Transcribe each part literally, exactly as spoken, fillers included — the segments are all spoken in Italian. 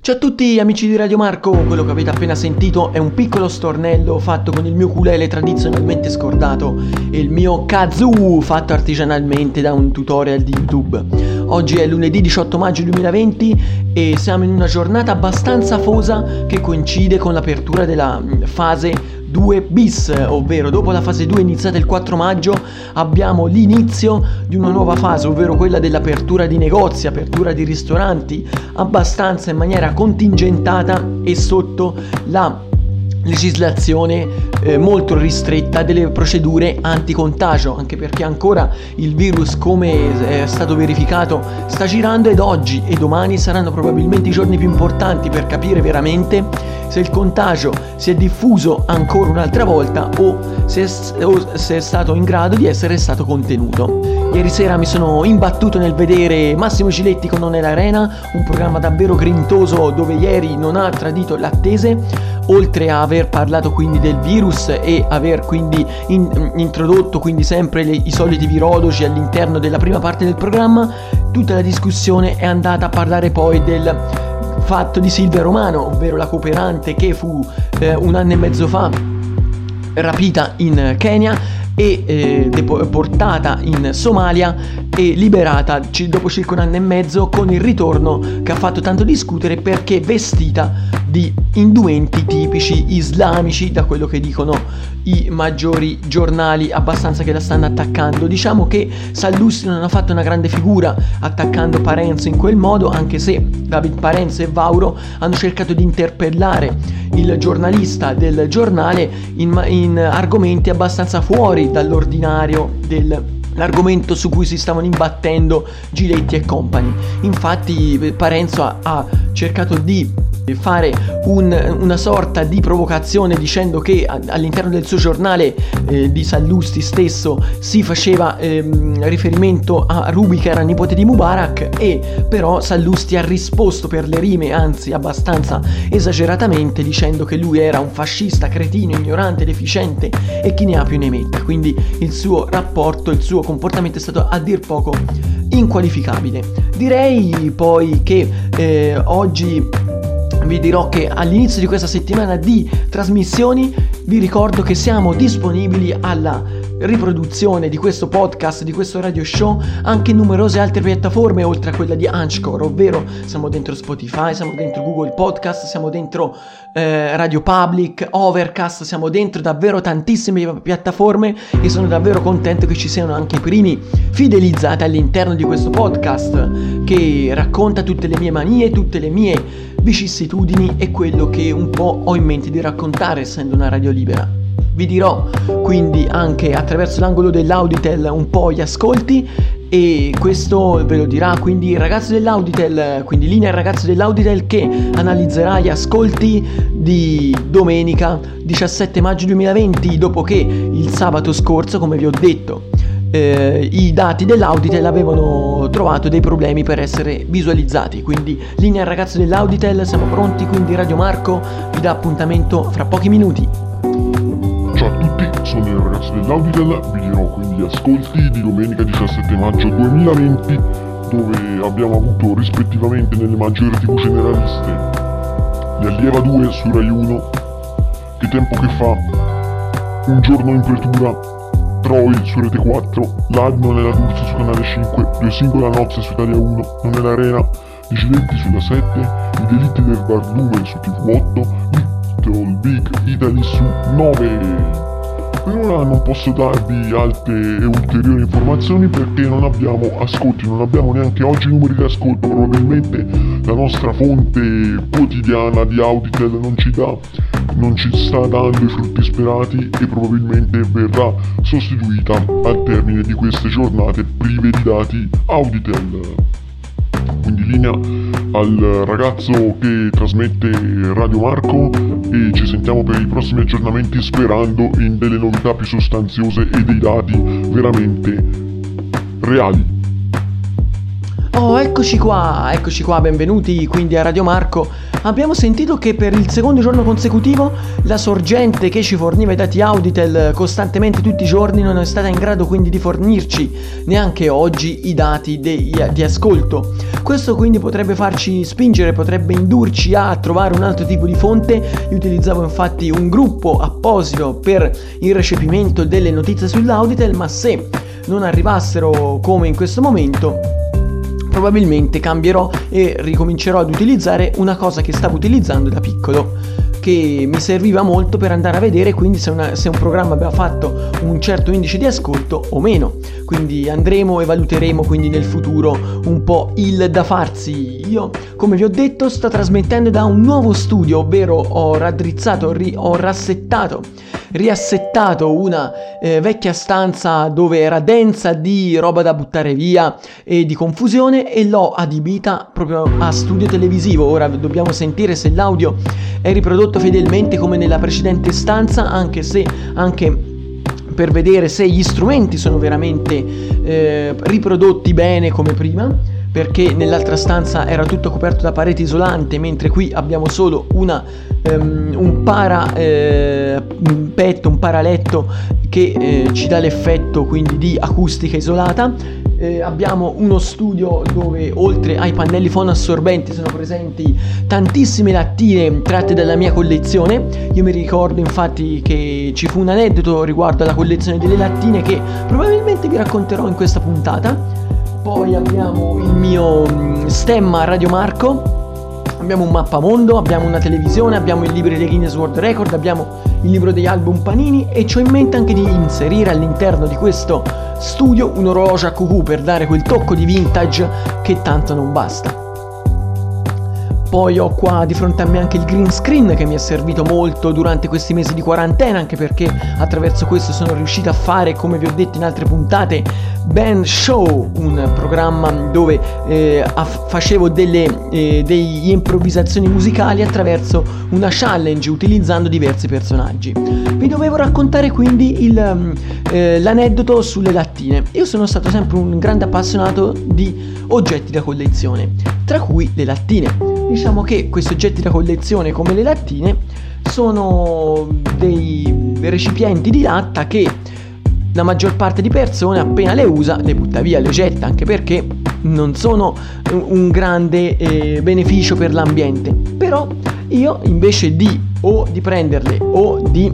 Ciao a tutti amici di Radio Marco, quello che avete appena sentito è un piccolo stornello fatto con il mio ukulele tradizionalmente scordato e il mio kazoo fatto artigianalmente da un tutorial di YouTube. Oggi è lunedì diciotto maggio duemilaventi e siamo in una giornata abbastanza fosa che coincide con l'apertura della fase due bis, ovvero dopo la fase due iniziata il quattro maggio abbiamo l'inizio di una nuova fase, ovvero quella dell'apertura di negozi, apertura di ristoranti, abbastanza in maniera contingentata e sotto la legislazione eh, molto ristretta delle procedure anticontagio, anche perché ancora il virus, come è stato verificato, sta girando ed oggi e domani saranno probabilmente i giorni più importanti per capire veramente se il contagio si è diffuso ancora un'altra volta o se è, o se è stato in grado di essere stato contenuto. Ieri sera mi sono imbattuto nel vedere Massimo Giletti con Non è l'Arena, un programma davvero grintoso dove ieri non ha tradito le attese, oltre a aver parlato quindi del virus e aver quindi in, introdotto quindi sempre le, i soliti virologi all'interno della prima parte del programma. Tutta la discussione è andata a parlare poi del fatto di Silvia Romano, ovvero la cooperante che fu eh, un anno e mezzo fa rapita in Kenya e eh, depo- portata in Somalia e liberata c- dopo circa un anno e mezzo, con il ritorno che ha fatto tanto discutere perché vestita di indumenti tipici islamici, da quello che dicono i maggiori giornali abbastanza che la stanno attaccando. Diciamo che Sallusti non ha fatto una grande figura attaccando Parenzo in quel modo, anche se David Parenzo e Vauro hanno cercato di interpellare il giornalista del giornale in, in argomenti abbastanza fuori dall'ordinario dell'argomento su cui si stavano imbattendo Giletti e compagni. Infatti Parenzo ha, ha cercato di fare un, una sorta di provocazione dicendo che all'interno del suo giornale eh, di Sallusti stesso si faceva ehm, riferimento a Ruby, che era nipote di Mubarak, e però Sallusti ha risposto per le rime, anzi abbastanza esageratamente, dicendo che lui era un fascista, cretino, ignorante, deficiente e chi ne ha più ne metta. Quindi il suo rapporto, il suo comportamento è stato a dir poco inqualificabile. Direi poi che eh, oggi vi dirò che all'inizio di questa settimana di trasmissioni vi ricordo che siamo disponibili alla riproduzione di questo podcast, di questo radio show, anche in numerose altre piattaforme oltre a quella di Anchor, ovvero siamo dentro Spotify, siamo dentro Google Podcast, siamo dentro eh, Radio Public, Overcast, siamo dentro davvero tantissime piattaforme e sono davvero contento che ci siano anche i primi fidelizzati all'interno di questo podcast che racconta tutte le mie manie, tutte le mie vicissitudini e quello che un po' ho in mente di raccontare essendo una radio libera. Vi dirò quindi anche attraverso l'angolo dell'Auditel un po' gli ascolti e questo ve lo dirà quindi il ragazzo dell'Auditel, quindi linea il ragazzo dell'Auditel che analizzerà gli ascolti di domenica diciassette maggio duemilaventi, dopo che il sabato scorso, come vi ho detto, Eh, i dati dell'Auditel avevano trovato dei problemi per essere visualizzati. Quindi linea al ragazzo dell'Auditel, siamo pronti, quindi Radio Marco vi dà appuntamento fra pochi minuti. Ciao a tutti, sono il ragazzo dell'Auditel, vi dirò quindi gli ascolti di domenica diciassette maggio duemilaventi, dove abbiamo avuto rispettivamente nelle maggiori tv generaliste Gli Allieva due su Rai uno, Che tempo che fa, Un giorno in pretura, Troy su Rete quattro, L'Ad non è la D'Urso su Canale cinque, Due singole a nozze su Italia uno, Non è l'Arena, Di Giletti sulla sette, I delitti del barlume su T V otto, Little Big Italy su nove. Per ora non posso darvi altre e ulteriori informazioni perché non abbiamo ascolti, non abbiamo neanche oggi numeri di ascolto. Probabilmente la nostra fonte quotidiana di Auditel non ci dà, non ci sta dando i frutti sperati e probabilmente verrà sostituita al termine di queste giornate prive di dati Auditel. Quindi linea al ragazzo che trasmette Radio Marco e ci sentiamo per i prossimi aggiornamenti, sperando in delle novità più sostanziose e dei dati veramente reali. Oh, eccoci qua, eccoci qua, benvenuti quindi a Radio Marco. Abbiamo sentito che per il secondo giorno consecutivo la sorgente che ci forniva i dati Auditel costantemente tutti i giorni non è stata in grado quindi di fornirci neanche oggi i dati di, di ascolto. Questo quindi potrebbe farci spingere, potrebbe indurci a trovare un altro tipo di fonte. Io utilizzavo infatti un gruppo apposito per il recepimento delle notizie sull'Auditel, ma se non arrivassero come in questo momento, probabilmente cambierò e ricomincerò ad utilizzare una cosa che stavo utilizzando da piccolo, che mi serviva molto per andare a vedere quindi se, una, se un programma aveva fatto un certo indice di ascolto o meno. Quindi andremo e valuteremo quindi nel futuro un po' il da farsi. Io, come vi ho detto, sto trasmettendo da un nuovo studio, ovvero ho raddrizzato, ri, ho rassettato riassettato una eh, vecchia stanza dove era densa di roba da buttare via e di confusione, e l'ho adibita proprio a studio televisivo. Ora dobbiamo sentire se l'audio è riprodotto fedelmente come nella precedente stanza, anche se anche per vedere se gli strumenti sono veramente eh, riprodotti bene come prima, perché nell'altra stanza era tutto coperto da pareti isolante, mentre qui abbiamo solo una, um, un para eh, un petto, un paraletto che eh, ci dà l'effetto quindi di acustica isolata. Eh, abbiamo uno studio dove oltre ai pannelli fonoassorbenti sono presenti tantissime lattine tratte dalla mia collezione. Io mi ricordo infatti che ci fu un aneddoto riguardo alla collezione delle lattine che probabilmente vi racconterò in questa puntata. Poi abbiamo il mio stemma Radio Marco, abbiamo un mappamondo, abbiamo una televisione, abbiamo il libro dei Guinness World Record, abbiamo il libro degli album Panini, e c'ho in mente anche di inserire all'interno di questo studio un orologio a cucù per dare quel tocco di vintage che tanto non basta. Poi ho qua di fronte a me anche il green screen che mi è servito molto durante questi mesi di quarantena, anche perché attraverso questo sono riuscito a fare, come vi ho detto in altre puntate, Band Show, un programma dove eh, facevo delle eh, delle improvvisazioni musicali attraverso una challenge utilizzando diversi personaggi. Vi dovevo raccontare quindi il, eh, l'aneddoto sulle lattine. Io sono stato sempre un grande appassionato di oggetti da collezione, tra cui le lattine. Diciamo che questi oggetti da collezione come le lattine sono dei recipienti di latta che la maggior parte di persone appena le usa le butta via, le getta, anche perché non sono un grande eh, beneficio per l'ambiente. Però io invece di o di prenderle o di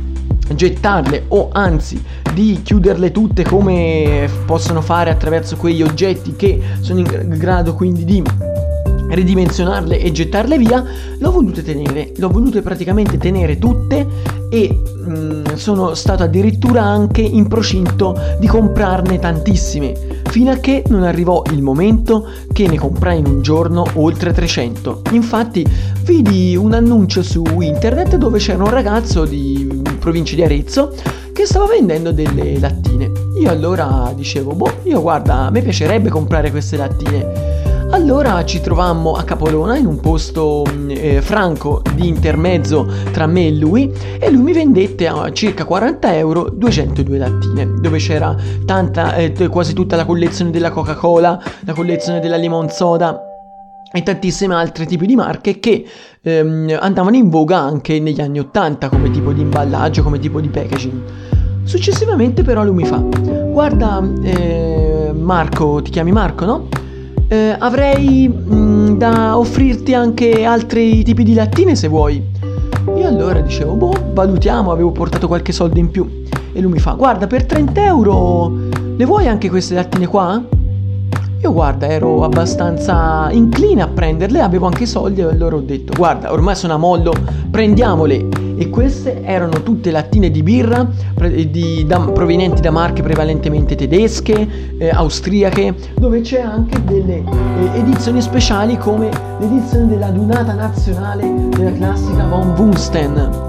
gettarle, o anzi di chiuderle tutte come possono fare attraverso quegli oggetti che sono in grado quindi di ridimensionarle e gettarle via, l'ho volute tenere, l'ho volute praticamente tenere tutte, e mh, sono stato addirittura anche in procinto di comprarne tantissime, fino a che non arrivò il momento che ne comprai in un giorno oltre trecento. Infatti vidi un annuncio su internet dove c'era un ragazzo di provincia di Arezzo che stava vendendo delle lattine. Io allora dicevo, boh, io guarda, a me piacerebbe comprare queste lattine. Allora ci trovammo a Capolona, in un posto eh, franco di intermezzo tra me e lui, e lui mi vendette a circa quaranta euro duecentodue lattine, dove c'era tanta, eh, quasi tutta la collezione della Coca-Cola, la collezione della Limon Soda e tantissime altre tipi di marche che ehm, andavano in voga anche negli anni ottanta come tipo di imballaggio, come tipo di packaging. Successivamente però lui mi fa, guarda eh, Marco, ti chiami Marco, no? Eh, avrei mh, da offrirti anche altri tipi di lattine se vuoi. Io allora dicevo, boh, valutiamo, avevo portato qualche soldo in più. E lui mi fa, guarda, per trenta euro le vuoi anche queste lattine qua? Io guarda, ero abbastanza incline a prenderle, avevo anche i soldi, e allora ho detto, guarda, ormai sono a mollo, prendiamole. E queste erano tutte lattine di birra pre- di, da, provenienti da marche prevalentemente tedesche, eh, austriache, dove c'è anche delle eh, edizioni speciali come l'edizione della Dunata nazionale della classica von Wunsten,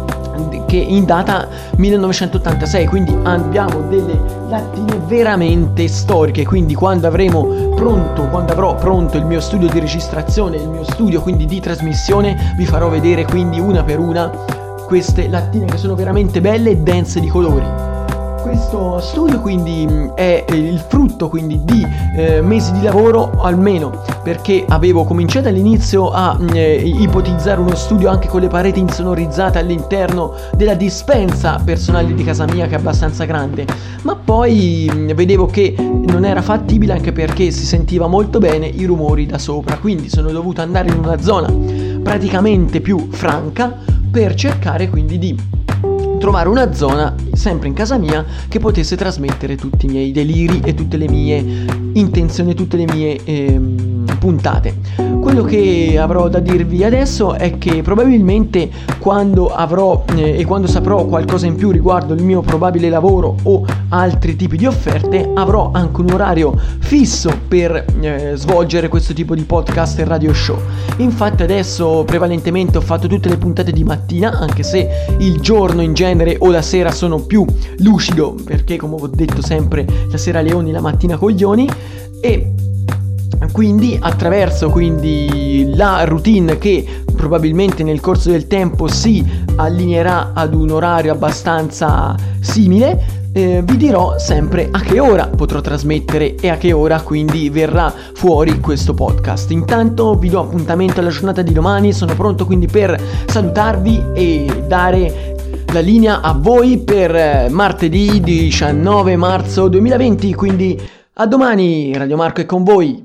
che in data millenovecentottantasei, quindi abbiamo delle lattine veramente storiche. Quindi quando avremo pronto, quando avrò pronto il mio studio di registrazione, il mio studio quindi di trasmissione, vi farò vedere quindi una per una queste lattine che sono veramente belle e dense di colori. Questo studio quindi è il frutto quindi di eh, mesi di lavoro almeno, perché avevo cominciato all'inizio a eh, ipotizzare uno studio anche con le pareti insonorizzate all'interno della dispensa personale di casa mia, che è abbastanza grande, ma poi mh, vedevo che non era fattibile, anche perché si sentiva molto bene i rumori da sopra, quindi sono dovuto andare in una zona praticamente più franca per cercare quindi di trovare una zona sempre in casa mia che potesse trasmettere tutti i miei deliri e tutte le mie intenzioni, tutte le mie ehm, puntate. Quello che avrò da dirvi adesso è che probabilmente quando avrò eh, e quando saprò qualcosa in più riguardo il mio probabile lavoro o altri tipi di offerte, avrò anche un orario fisso per eh, svolgere questo tipo di podcast e radio show. Infatti adesso prevalentemente ho fatto tutte le puntate di mattina, anche se il giorno in genere o la sera sono più lucido, perché come ho detto sempre la sera leoni, la mattina coglioni, e quindi attraverso quindi la routine che probabilmente nel corso del tempo si allineerà ad un orario abbastanza simile, eh, vi dirò sempre a che ora potrò trasmettere e a che ora quindi verrà fuori questo podcast. Intanto vi do appuntamento alla giornata di domani, sono pronto quindi per salutarvi e dare la linea a voi per martedì diciannove marzo duemilaventi, quindi a domani. Radio Marco è con voi.